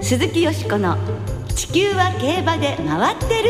鈴木よしこの地球は競馬で回ってる。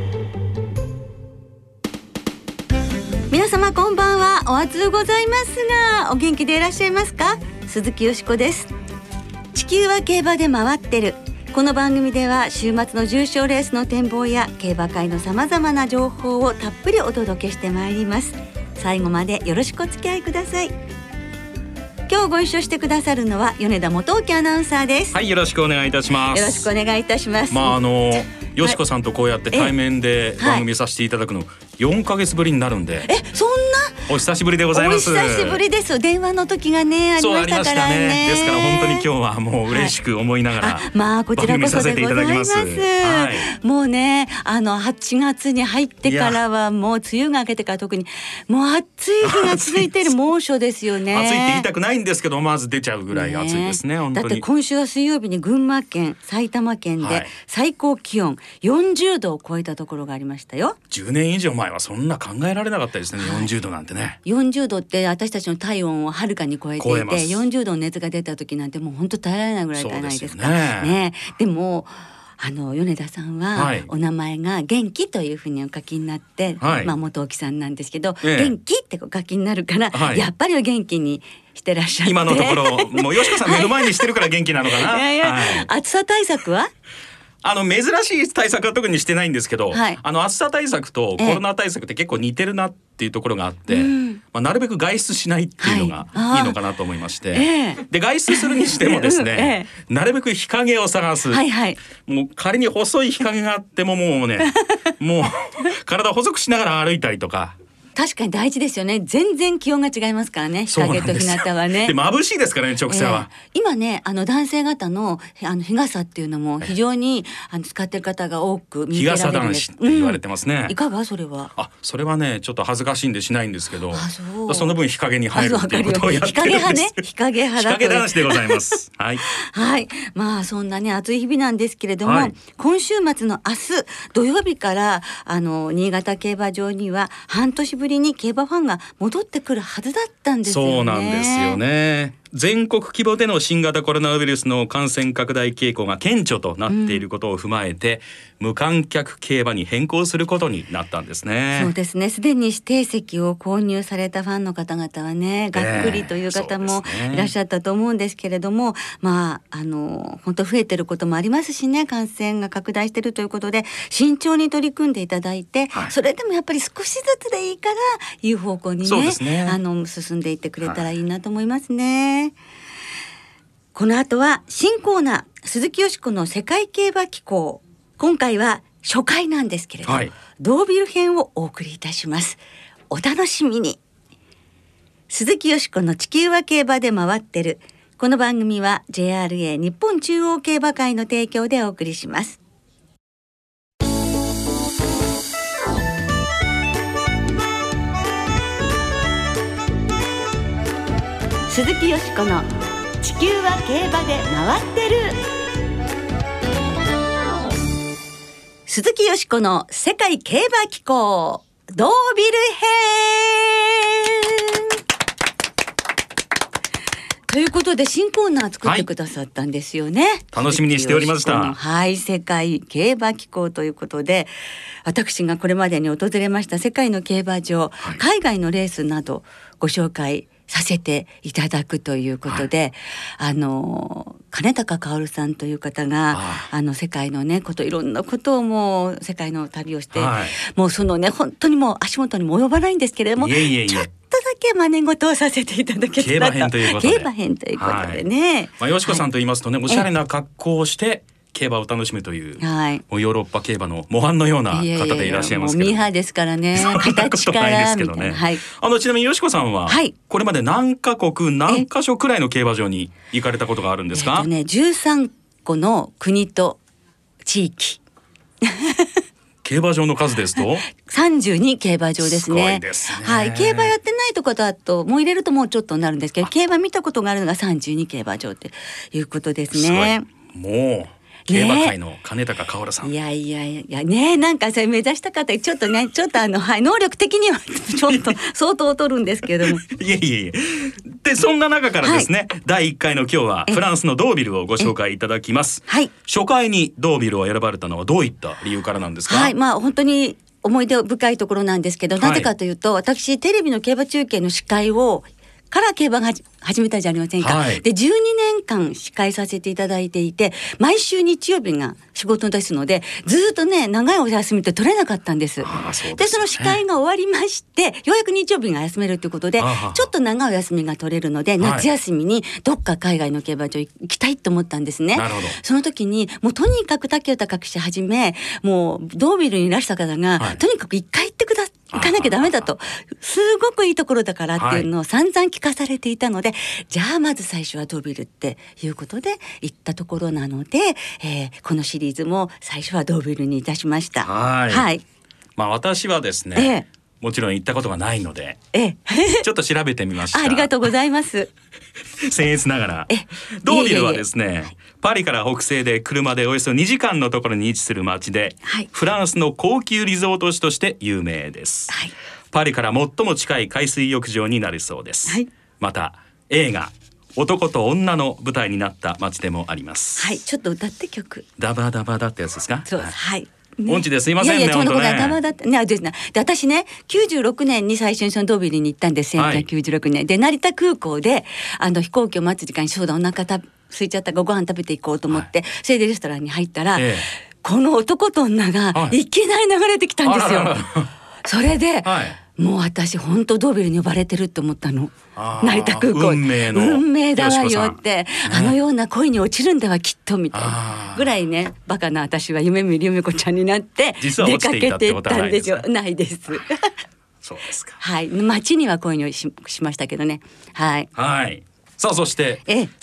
皆様こんばんは。お暑うございますがお元気でいらっしゃいますか？鈴木よしこです。地球は競馬で回ってる。この番組では週末の重賞レースの展望や競馬界のさまざまな情報をたっぷりお届けしてまいります。最後までよろしくお付き合いください。今日ご一緒してくださるのは米田元興アナウンサーです。 はい、よろしくお願いいたします。 よろしくお願いいたします。 よしこさんとこうやって対面で番組させていただくの4ヶ月ぶりになるんで、 そんなお久しぶりでございます。 お久しぶりです。電話の時がねありましたからね。 ですから本当に今日はもう嬉しく思いながら、 こちらこそでございます。もうね8月に入ってからはもう梅雨が明けてから特にもう暑い日が続いている猛暑ですよね。 暑いって言いたくないんですけどまず出ちゃうぐらい暑いですね。本当にだって今週は水曜日に群馬県埼玉県で最高気温40度を超えたところがありましたよ。 10年以上前はそんな考えられなかったですね。40度なんてね。 40度って私たちの体温をはるかに超えていて、40度の熱が出た時なんてもう本当耐えられないぐらいじゃないですか。ね。でも米田さんはお名前が元気というふうにお書きになって、元興さんなんですけど、元気ってお書きになるから、やっぱりお元気にしてらっしゃって、 今のところもうよしこさん目の前にしてるから元気なのかな。 暑さ対策は珍しい対策は特にしてないんですけど、暑さ対策とコロナ対策って結構似てるなっていうところがあって、なるべく外出しないっていうのがいいのかなと思いまして、で外出するにしてもですね、なるべく日陰を探す、もう仮に細い日陰があってももう体を細くしながら歩いたりとか。 確かに大事ですよね。全然気温が違いますからね。日陰と日向はね。 で眩しいですからね、直射は。 今ね男性方の日傘っていうのも非常に使ってる方が多く見受けられるんです。 日傘男子って言われてますね。 いかがそれは？ それはねちょっと恥ずかしいんでしないんですけど、その分日陰に入るっていうことをやってるんです。日陰派ね。日陰派だと。日陰男子でございます。はい。 そんなね暑い日々なんですけれども、今週末の明日土曜日から新潟競馬場には半年ぶりに競馬ファンが戻ってくるはずだったんですよね。 そうなんですよね。全国規模での新型コロナウイルスの感染拡大傾向が顕著となっていることを踏まえて、無観客競馬に変更することになったんですね。 そうですね。すでに指定席を購入されたファンの方々はねがっくりという方もいらっしゃったと思うんですけれども、本当増えてることもありますしね、感染が拡大してるということで慎重に取り組んでいただいて、それでもやっぱり少しずつでいいからいう方向にね進んでいってくれたらいいなと思いますね。この後は新コーナー鈴木よしこの世界競馬機構。今回は初回なんですけれど、ドービル編をお送りいたします。お楽しみに。鈴木よしこの地球は競馬で回ってる。この番組は JRA 日本中央競馬会の提供でお送りします。鈴木よしこの地球は競馬で回ってる。鈴木よしこの世界競馬機構ドービル編ということで新コーナー作ってくださったんですよね。 楽しみにしておりました。 世界競馬機構ということで、私がこれまでに訪れました世界の競馬場、海外のレースなどご紹介させていただくということで、金高薫さんという方が世界のねいろんなことをもう世界の旅をして、もうそのね本当にもう足元にも及ばないんですけれども、ちょっとだけ真似事をさせていただけたらと。競馬編ということでね。 よしこさんと言いますとね、おしゃれな格好をして競馬を楽しむという、もうヨーロッパ競馬の模範のような方でいらっしゃいますけど、 ミーハーですからね。形からみたいな。 ちなみによしこさんは、これまで何カ国何カ所くらいの競馬場に行かれたことがあるんですか ？13個の国と地域。 競馬場の数ですと 32競馬場ですね。 すごいですね。 競馬やってないところだともう入れるともうちょっとなるんですけど、競馬見たことがあるのが32競馬場っていうことですね。 もう競馬界の金高薫さん、 いやね、なんかそれ目指したかったちょっと能力的にはちょっと相当劣るんですけどもいえでそんな中からですね、第1回の今日はフランスのドービルをご紹介いただきます。初回にドービルを選ばれたのはどういった理由からなんですか？ 本当に思い出深いところなんですけど、なぜかというと、私テレビの競馬中継の司会をから競馬が始めたじゃありませんか、で12年間司会させていただいていて、毎週日曜日が仕事ですので、ずっとね長いお休みって取れなかったんです。でその司会が終わりまして、ようやく日曜日が休めるということで、ちょっと長いお休みが取れるので、夏休みにどっか海外の競馬場行きたいと思ったんですね。その時にもうとにかく竹を高くしはじめ、もうドービルにいらした方が、とにかく一回行ってください、行かなきゃダメだと、すごくいいところだからっていうのを散々聞かされていたので、じゃあまず最初はドービルっていうことで行ったところなので、このシリーズも最初はドービルにいたしました。 私はですね、もちろん行ったことがないので、ちょっと調べてみました。 ありがとうございます。 僭越ながらドービルはですね、パリから北西で車でおよそ2時間のところに位置する町で、フランスの高級リゾート地として有名です。パリから最も近い海水浴場になるそうです。また映画男と女の舞台になった町でもあります。 ちょっと歌って曲。 ダバダバダってやつですか？ そうです。 音痴ですいませんね。 本当ね。で私ね96年に最初にそのドービルに行ったんです。1996年で成田空港で飛行機を待つ時間にそうだお腹空いちゃったからご飯食べていこうと思って、それでレストランに入ったら、この男と女がいきなり流れてきたんですよ。それで、もう私本当ドービルに呼ばれてるって思ったの。成田空港運命だわよって、あのような恋に落ちるんだわきっとみたいなぐらいね、バカな私は夢見る夢子ちゃんになって出かけていったんですよ。ないです。 そうですか。 街には恋にしましたけどね。 さあそして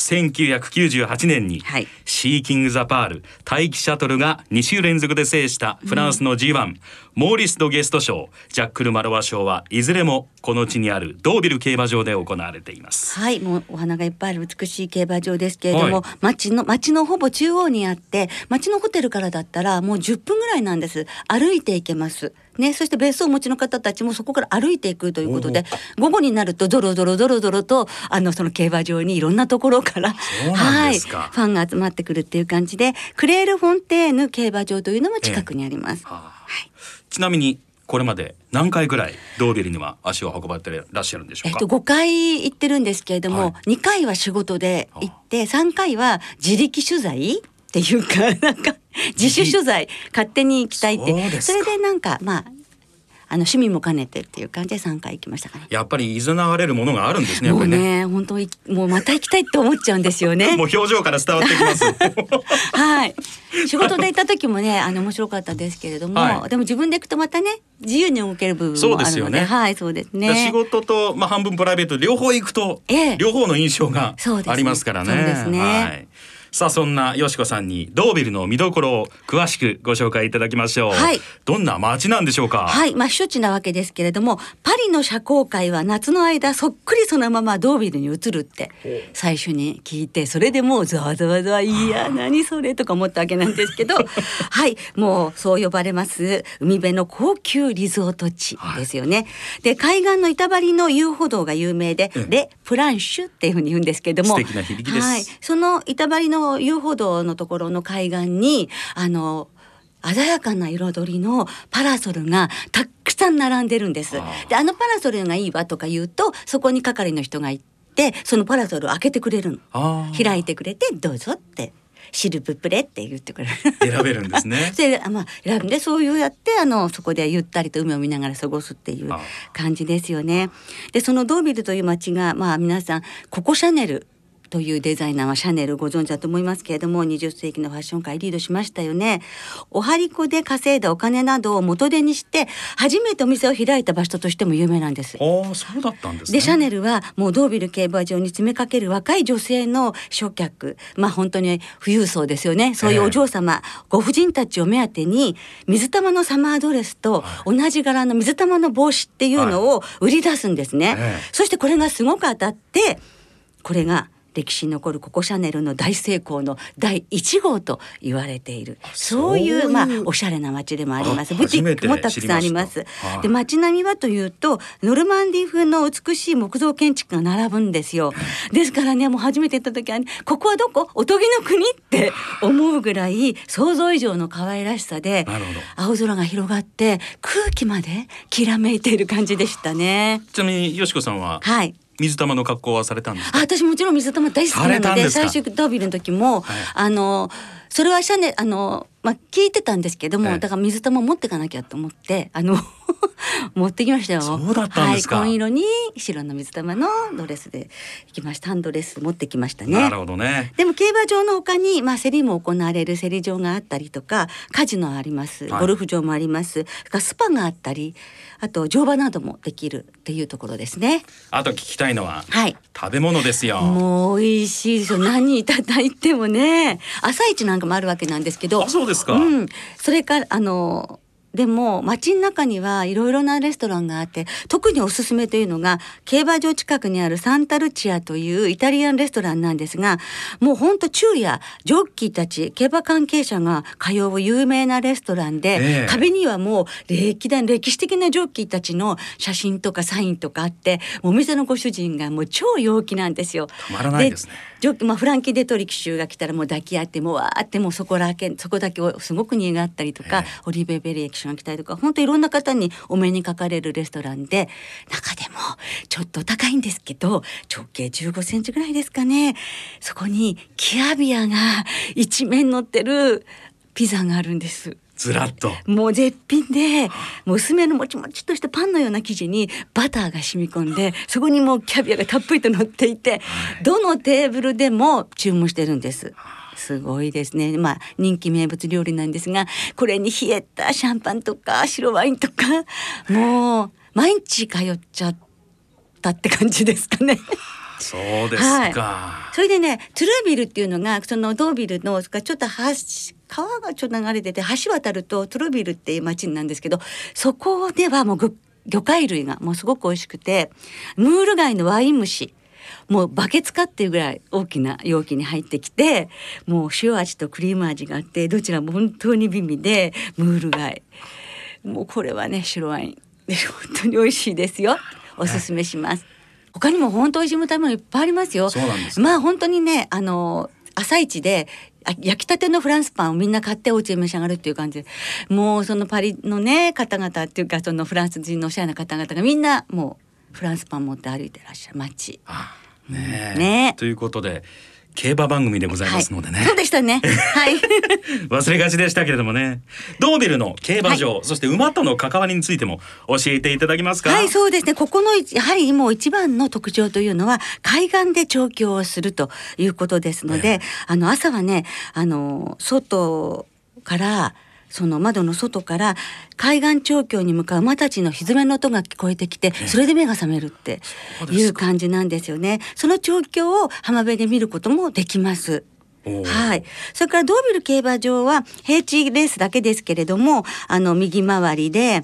1998年にシーキング・ザ・パール大気シャトルが2週連続で制したフランスの G1、モーリス・ド・ゲスト賞、ジャックル・マロワ賞はいずれもこの地にあるドービル競馬場で行われています。 もうお花がいっぱいある美しい競馬場ですけれども、街のほぼ中央にあって、街のホテルからだったらもう10分ぐらいなんです。歩いて行けますね。そして別荘をお持ちの方たちもそこから歩いていくということで、午後になるとドロドロとその競馬場にいろんなところからファンが集まってくるっていう感じで、クレール・フォンテーヌ競馬場というのも近くにあります。 ちなみにこれまで何回ぐらいドービルには足を運ばれてらっしゃるんでしょうか ？5回行ってるんですけれども、2回は仕事で行って3回は自力取材っていうか自主取材勝手に行きたいって、それで趣味も兼ねてっていう感じで3回行きましたかね。 やっぱりいざなわれるものがあるんですね。 もうね本当もうまた行きたいって思っちゃうんですよね。 もう表情から伝わってきます。 仕事で行った時もね面白かったですけれども、でも自分で行くとまたね自由に動ける部分もあるので、そうですね。 仕事と半分プライベート両方行くと、両方の印象がありますからね。 そうですね。 さあそんなよしこさんにドービルの見どころを詳しくご紹介いただきましょう。どんな街なんでしょうか？ 避暑地なわけですけれども、パリの社交界は夏の間そっくりそのままドービルに移るって最初に聞いて、それでもうざわざわざわ、いや何それとか思ったわけなんですけどもうそう呼ばれます海辺の高級リゾート地ですよね。で海岸の板張りの遊歩道が有名で、レ・プランシュっていうふうに言うんですけれども、 素敵な響きです。 その板張りの遊歩道のところの海岸に鮮やかな彩りのパラソルがたくさん並んでるんです。でパラソルがいいわとか言うと、そこに係の人が行ってそのパラソルを開けてくれるの。開いてくれてどうぞってシルブプレって言ってくれる。 選べるんですね。 選んでそういうやってそこでゆったりと海を見ながら過ごすっていう感じですよね。でそのドービルという街が皆さんココ・シャネルというデザイナーはシャネルご存知だと思いますけれども、20世紀のファッション界リードしましたよね。お張り子で稼いだお金などを元手にして初めてお店を開いた場所としても有名なんです。 そうだったんですね。 でシャネルはもうドービル競馬場に詰めかける若い女性の諸客、本当に富裕層ですよね。そういうお嬢様、ご婦人たちを目当てに水玉のサマードレスと同じ柄の水玉の帽子っていうのを売り出すんですね。そしてこれがすごく当たって、これが歴史に残るココシャネルの大成功の第1号と言われている、そういうおしゃれな街でもあります。ブティックもたくさんあります。で街並みはというとノルマンディ風の美しい木造建築が並ぶんですよ。ですからね、もう初めて行った時は、ね、ここはどこ、おとぎの国って思うぐらい想像以上の可愛らしさで、青空が広がって空気まできらめいている感じでしたね。 ちなみによしこさんは、はい、水玉の格好はされたんですか？ 私もちろん水玉大好きなので、最初ドービルの時も、それはシャネ聞いてたんですけども、だから水玉持ってかなきゃと思って持ってきましたよ。 そうだったんですか。 紺色に白の水玉のドレスで行きました。ハンドレス持ってきましたね。 なるほどね。 でも競馬場の他に、競りも行われる競り場があったりとか、カジノあります、ゴルフ場もあります、スパがあったり、あと乗馬などもできるっていうところですね。 あと聞きたいのは、食べ物ですよ。 もう美味しいですよ。何いただいてもね。朝市なんかもあるわけなんですけど。 あ、そうですか。 それからでも街の中にはいろいろなレストランがあって、特におすすめというのが競馬場近くにあるサンタルチアというイタリアンレストランなんですが、もうほんと昼夜ジョッキーたち競馬関係者が通う有名なレストランで、壁にはもう歴史的なジョッキーたちの写真とかサインとかあって、お店のご主人がもう超陽気なんですよ。 たまらないですね。 フランキー・デトリ騎手が来たらもう抱き合って、もうわーってもうそこだけをすごく苦がったりとか、オリベ・ベリエ騎手が来たりとか、本当いろんな方にお目にかかれるレストランで、中でもちょっと高いんですけど、直径15センチぐらいですかね、そこにキアビアが一面乗ってるピザがあるんです。 ずらっともう絶品で、もう薄めのもちもちとしたパンのような生地にバターが染み込んで、そこにもうキャビアがたっぷりと乗っていて、どのテーブルでも注文してるんです。すごいですね。人気名物料理なんですが、これに冷えたシャンパンとか白ワインとか、もう毎日通っちゃったって感じですかね。 そうですか。 それでね、トゥルービルっていうのが、そのドービルのちょっと川がちょっと流れてて、橋渡るとトゥルービルっていう町なんですけど、そこではもう魚介類がもうすごく美味しくて、ムール貝のワイン蒸し、もうバケツかっていうぐらい大きな容器に入ってきて、もう塩味とクリーム味があって、どちらも本当に美味で、ムール貝、もうこれはね白ワインで本当に美味しいですよ。おすすめします。他にも本当美味しい食べ物いっぱいありますよ。 そうなんです。 本当にね、朝市で焼きたてのフランスパンをみんな買ってお家で召し上がるっていう感じで、もうそのパリのね方々っていうか、そのフランス人のおしゃれな方々がみんなもうフランスパン持って歩いてらっしゃる街。 ね。ということで競馬番組でございますのでね。 そうでしたね。 忘れがちでしたけれどもね。ドービルの競馬場、そして馬との関わりについても教えていただけますか？そうですね。 ここのやはりもう一番の特徴というのは海岸で調教をするということですので、朝はね、外からその窓の外から海岸調教に向かう馬たちの蹄の音が聞こえてきて、それで目が覚めるっていう感じなんですよね。その調教を浜辺で見ることもできます。それからドービル競馬場は平地レースだけですけれども、右回りで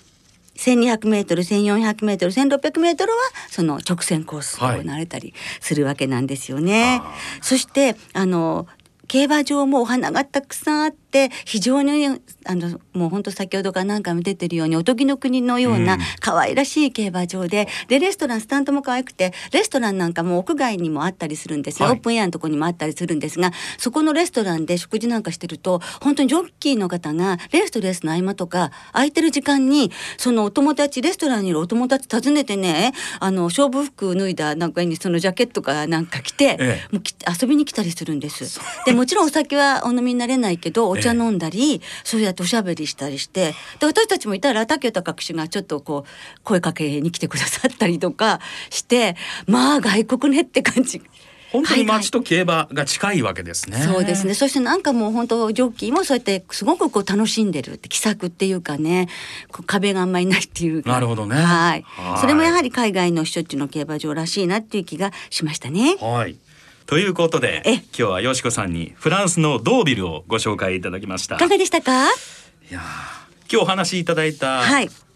1200メートル、1400メートル、1600メートルはその直線コースが行われたりするわけなんですよね。そして競馬場もお花がたくさんあって、非常にもう本当先ほどから何回も出てるようにおとぎの国のような可愛らしい競馬場で、レストランスタンドも可愛くて、レストランなんかも屋外にもあったりするんですよ。オープンエアのところにもあったりするんですが、そこのレストランで食事なんかしてると、本当にジョッキーの方がレースとレースの合間とか空いてる時間に、そのお友達、レストランにいるお友達訪ねてね、勝負服脱いだなんかにそのジャケットかなんか着て、もう遊びに来たりするんです。でもちろんお酒はお飲みになれないけど、お茶飲んだり、そうやっておしゃべりしたりして、で私たちもいたら武豊騎手がちょっとこう声かけに来てくださったりとかして、外国ねって感じ。 本当に街と競馬が近いわけですね。 そうですね。そしてなんかもう本当ジョッキーもそうやってすごくこう楽しんでるって気さくっていうかね、壁があんまりないっていうか。 なるほどね。 それもやはり海外の避暑地の競馬場らしいなっていう気がしましたね。 ということで今日はよしこさんにフランスのドービルをご紹介いただきました。 いかがでしたか？ いや今日お話しいただいた、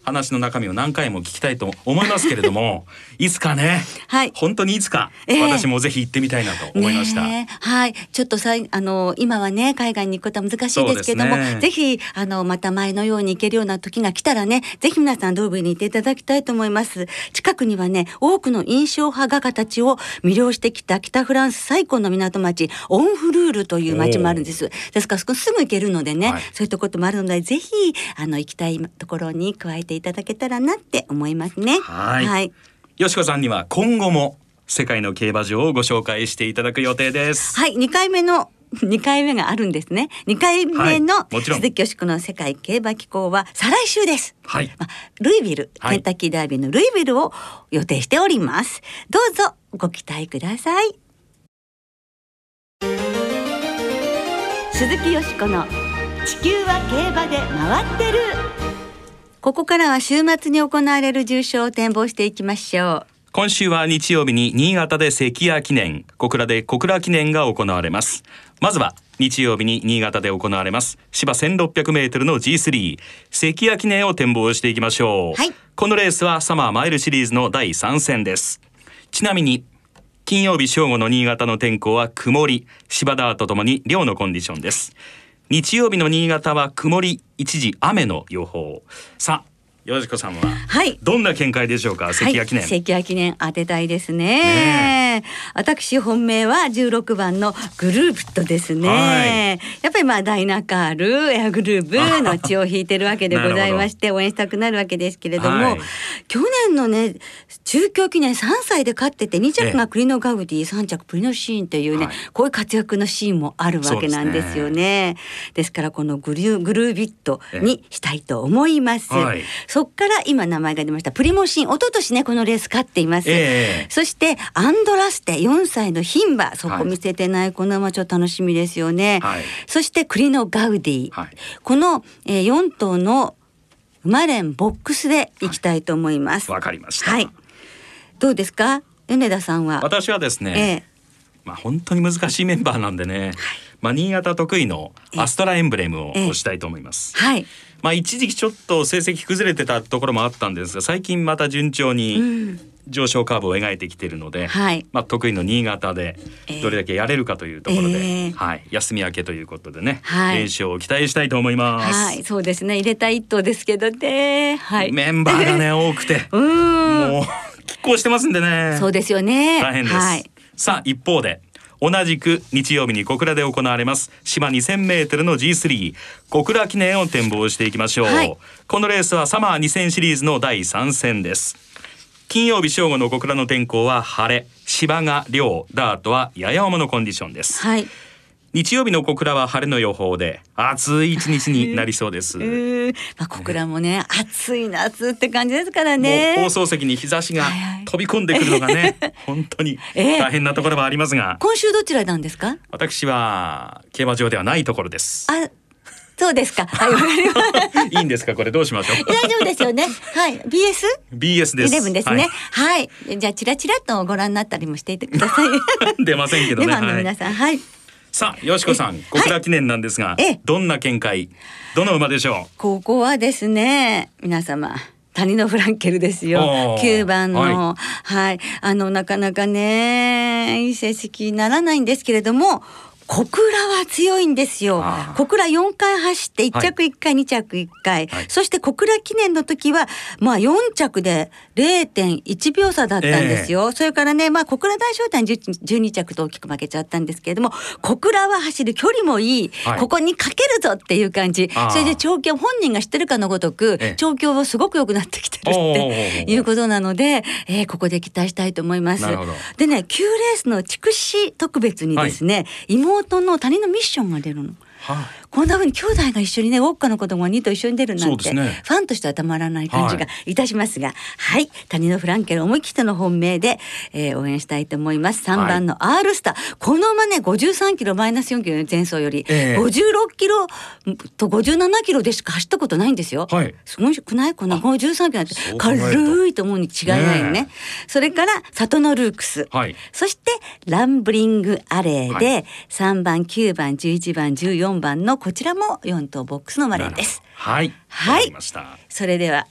話の中身を何回も聞きたいと思いますけれどもいつかね、はい、本当にいつか私もぜひ行ってみたいなと思いました。 はい、ちょっと今はね海外に行くことは難しいですけども、ぜひまた前のように行けるような時が来たらね、ぜひ皆さんドーブに行っていただきたいと思います。近くにはね多くの印象派画家たちを魅了してきた北フランス最古の港町オンフルールという町もあるんです。ですからそこすぐ行けるのでね、はい、そういったこともあるのでぜひ行きたいところに加えていただけたらなって思いますね。 はい、はい、よしこさんには今後も世界の競馬場をご紹介していただく予定です。 はい、2回目があるんですね。2回目の鈴木よしこの世界競馬機構は再来週です。はい、ルイビル、ケンタッキーダービーのルイビルを予定しております。どうぞご期待ください。鈴木よしこの地球は競馬で回ってる。ここからは週末に行われる重賞を展望していきましょう。 今週は日曜日に新潟で関谷記念、小倉で小倉記念が行われます。まずは日曜日に新潟で行われます芝 1600m の G3 関谷記念を展望していきましょう。はい、このレースはサマーマイルシリーズの第3戦です。ちなみに金曜日正午の新潟の天候は曇り、芝ダートともに良のコンディションです。日曜日の新潟は曇り一時雨の予報。さあよしこさんはどんな見解でしょうか。関谷記念、 関谷記念当てたいですね。私本命は16番のグループとですね、やっぱりダイナカールエアグルーブの血を引いてるわけでございまして応援したくなるわけですけれども、去年のね中京記念3歳で勝ってて2着がクリノガウディ、3着プリノシーンというね、こういう活躍のシーンもあるわけなんですよね。ですからこのグルービットにしたいと思います。そっから今名前が出ましたプリモシン、一昨年ねこのレース勝っています。そしてアンドラステ4歳の牝馬、そこ見せてないこの馬ちょっと楽しみですよね。そしてクリノガウディ、この4頭の馬連ボックスでいきたいと思います。 わかりました。 どうですか米田さんは。 私はですね、本当に難しいメンバーなんでね、新潟得意のアストラエンブレムを推したいと思います。一時期ちょっと成績崩れてたところもあったんですが、最近また順調に上昇カーブを描いてきているので、得意の新潟でどれだけやれるかというところで、休み明けということでね、連勝を期待したいと思います。 そうですね、入れた一頭ですけどね、 メンバーがね多くてもう拮抗してますんでね。 そうですよね、 大変です。さあ一方で同じく日曜日に小倉で行われます芝 2000m の G3 小倉記念を展望していきましょう。このレースはサマー2000シリーズの第3戦です。金曜日正午の小倉の天候は晴れ、芝が良、ダートはやや重のコンディションです。日曜日の小倉は晴れの予報で暑い一日になりそうです。 小倉もね暑い夏って感じですからね。 もう放送席に日差しが飛び込んでくるのがね、本当に大変なところはありますが、 今週どちらなんですか。 私は競馬場ではないところです。 そうですか。 いいんですか、これどうしましょう。 大丈夫ですよね。 BS です。 11ですね。じゃあチラチラとご覧になったりもしていてください。 出ませんけどね。 皆さんさあよしこさん、小倉記念なんですが、どんな見解、どの馬でしょう。 ここはですね、皆様谷のフランケルですよ。9番の、なかなかねいい成績にならないんですけれども、小倉は強いんですよ。小倉4回走って1着1回、2着1回、そして小倉記念の時は4着で 0.1 秒差だったんですよ。それからね小倉大商店12着と大きく負けちゃったんですけれども、小倉は走る距離もいい、ここにかけるぞっていう感じ。それで調教、本人が知ってるかのごとく調教はすごく良くなってきてるっていうことなので、ここで期待したいと思います。でね、9レースの筑紫特別にですね、妹の谷のミッションが出るの。こんな風に兄弟が一緒にね、ウォッカの子供2と一緒に出るなんて、ファンとしてはたまらない感じがいたしますが、谷のフランケル思い切っての本命で、応援したいと思います。3番の R スター、この馬ね53キロマイナス4キロ前走より、56キロと57キロでしか走ったことないんですよ。すごくない？この53キロなんて軽いと思うに違いないよね。それからサトノルークス、そしてランブリングアレーで、3番9番11番14番のこちらも4頭ボックスのマレーです。わかりました。それでは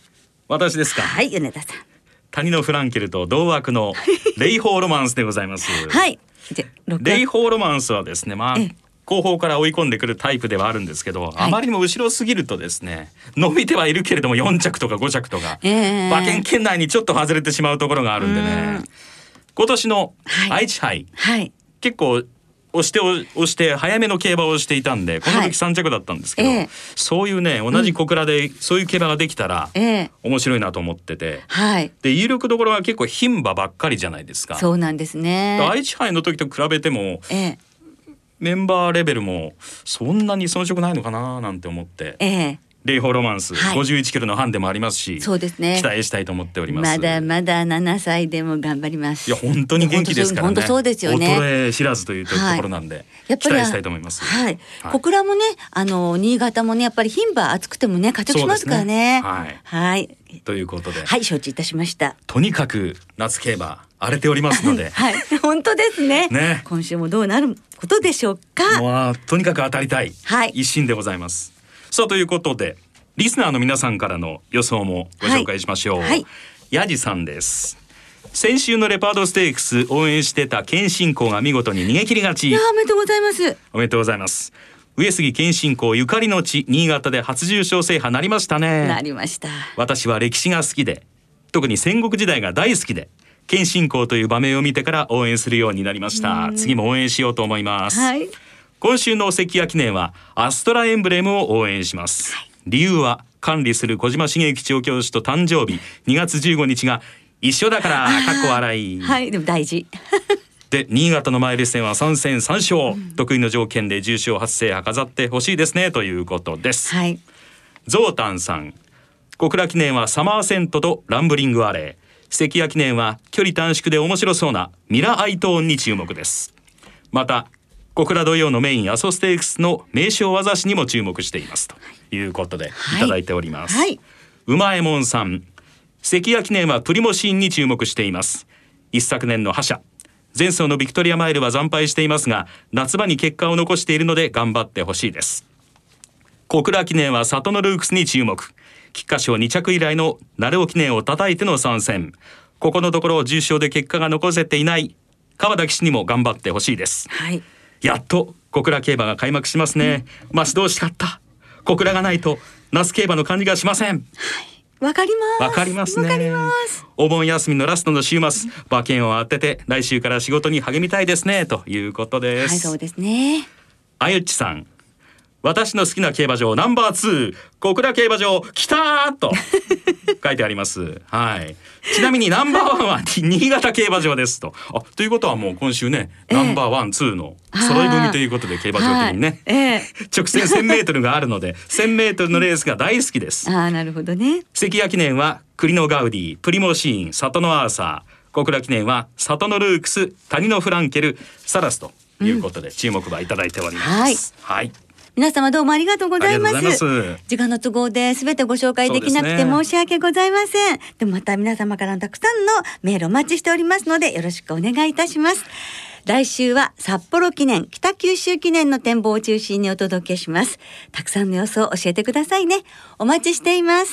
私ですか。 はい、米田さん。 谷のフランケルと同枠のレイホーロマンスでございます。 はい。 レイホーロマンスはですね、後方から追い込んでくるタイプではあるんですけど、あまりにも後ろすぎるとですね、伸びてはいるけれども4着とか5着とか、馬券圏内にちょっと外れてしまうところがあるんでね、今年の愛知杯、結構押して早めの競馬をしていたんで、この時3着だったんですけど、そういうね、同じ小倉でそういう競馬ができたら面白いなと思ってて、で有力どころは結構牝馬ばっかりじゃないですか。 そうなんですね。 愛知杯の時と比べても、メンバーレベルもそんなに遜色ないのかななんて思って、レイホーロマンス、51キロのハンデもありますし、 そうですね、 期待したいと思っております。 まだまだ7歳でも頑張ります。 いや本当に元気ですからね。 本当そうですよね。 衰え知らずというところなんで、やっぱり期待したいと思います。 小倉もね、新潟もね、やっぱり牝馬厚くてもね活躍しますからね。 ということで、 承知いたしました。 とにかく夏競馬荒れておりますので、 本当ですね。今週もどうなることでしょうか。 とにかく当たりたい、一心でございます。さあということで、リスナーの皆さんからの予想もご紹介しましょう。ヤジさんです。先週のレパードステークス応援してた謙信公が見事に逃げ切り勝ち。 おめでとうございます。 おめでとうございます。上杉謙信公ゆかりの地新潟で初重賞制覇なりましたね。 なりました。 私は歴史が好きで、特に戦国時代が大好きで、謙信公という場面を見てから応援するようになりました。次も応援しようと思います。今週の関谷記念はアストラエンブレムを応援します。理由は管理する小島茂之調教師と誕生日2月15日が一緒だからかっこ笑い。 でも大事で、新潟のマイル戦は3戦3勝、得意の条件で重賞初制覇飾ってほしいですねということです。ゾウタンさん、小倉記念はサマーセントとランブリングアレー、関谷記念は距離短縮で面白そうなミラアイトーンに注目です。また小倉土曜のメイン阿蘇ステークスの名称技師にも注目していますということでいただいております。うまえもんさん、関谷記念はプリモシーンに注目しています。一昨年の覇者、前走のビクトリアマイルは惨敗していますが、夏場に結果を残しているので頑張ってほしいです。小倉記念は里のルークスに注目。菊花賞2着以来の鳴尾記念を叩いての参戦。ここのところ重賞で結果が残せていない川田騎手にも頑張ってほしいです。やっと小倉競馬が開幕しますね。待ち遠しかった。小倉がないと那須競馬の感じがしません。 わかります。 わかりますね。お盆休みのラストの週末、馬券を当てて来週から仕事に励みたいですねということです。 そうですね。 あゆっちさん、私の好きな競馬場ナンバー2小倉競馬場来たーと書いてあります。ちなみにナンバー1は新潟競馬場ですと。ということはもう今週ね、ナンバー1、2の揃い踏みということで競馬場的にね、直線 1000m があるので 1000m のレースが大好きです。 なるほどね。 関谷記念は栗のガウディ、プリモシーン、里のアーサー、小倉記念は里のルークス、谷のフランケル、サラスということで注目馬いただいております。 皆様どうもありがとうございます。時間の都合で全てご紹介できなくて申し訳ございません。でもまた皆様からのたくさんのメールお待ちしておりますのでよろしくお願いいたします。来週は札幌記念、北九州記念の展望を中心にお届けします。たくさんの予想を教えてくださいね。お待ちしています。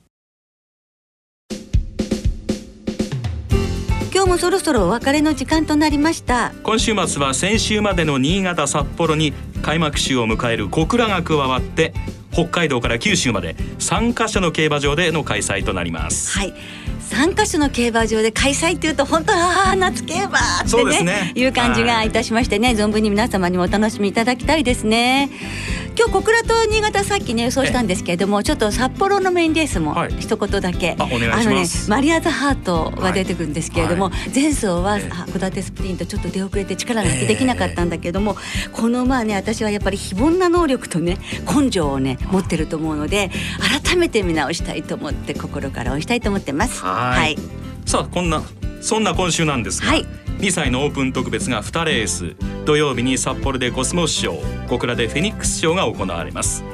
今日もそろそろお別れの時間となりました。 今週末は先週までの新潟、札幌に開幕週を迎える小倉が加わって、北海道から九州まで3カ所の競馬場での開催となります。3カ所の競馬場で開催というと本当夏競馬ってねいう感じがいたしましてね、存分に皆様にもお楽しみいただきたいですね。今日小倉と新潟さっきね予想したんですけれども、ちょっと札幌のメインレースも一言だけ、お願いします。 マリアーズハートが出てくるんですけれども、前走は函館スプリントちょっと出遅れて力が発揮できなかったんだけども、この馬はね私はやっぱり非凡な能力とね根性をね持ってると思うので、改めて見直したいと思って心から応援したいと思ってます。 さあそんな今週なんですが、2歳のオープン特別が2レース、土曜日に札幌でコスモス賞、小倉でフェニックス賞が行われます。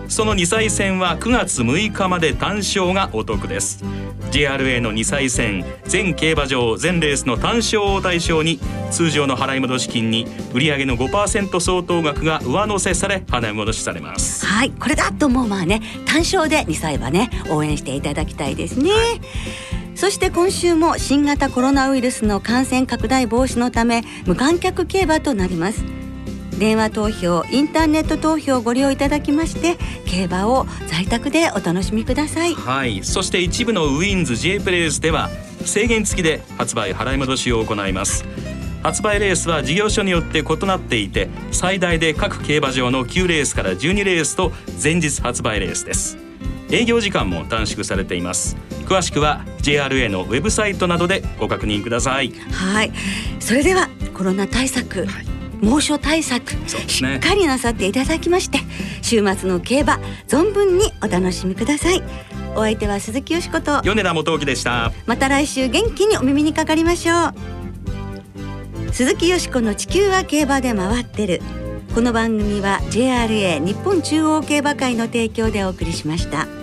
その2歳戦は9月6日まで単勝がお得です。 JRA の2歳戦全競馬場全レースの単勝を対象に通常の払い戻し金に売上の 5% 相当額が上乗せされ払い戻しされます。 はい、これだともう単勝で2歳馬ね応援していただきたいですね、はい。そして今週も新型コロナウイルスの感染拡大防止のため無観客競馬となります。電話投票、インターネット投票をご利用いただきまして競馬を在宅でお楽しみください。 はい、そして一部のウィンズ J プレイスでは制限付きで発売払い戻しを行います。発売レースは事業所によって異なっていて最大で各競馬場の9レースから12レースと前日発売レースです。営業時間も短縮されています。詳しくは JRA のウェブサイトなどでご確認ください。 はい、それではコロナ対策、猛暑対策、しっかりなさっていただきまして週末の競馬存分にお楽しみください。お相手は鈴木よしこと米田元興でした。 また来週元気にお耳にかかりましょう。鈴木よしこの地球は競馬で回ってる。この番組は JRA 日本中央競馬会の提供でお送りしました。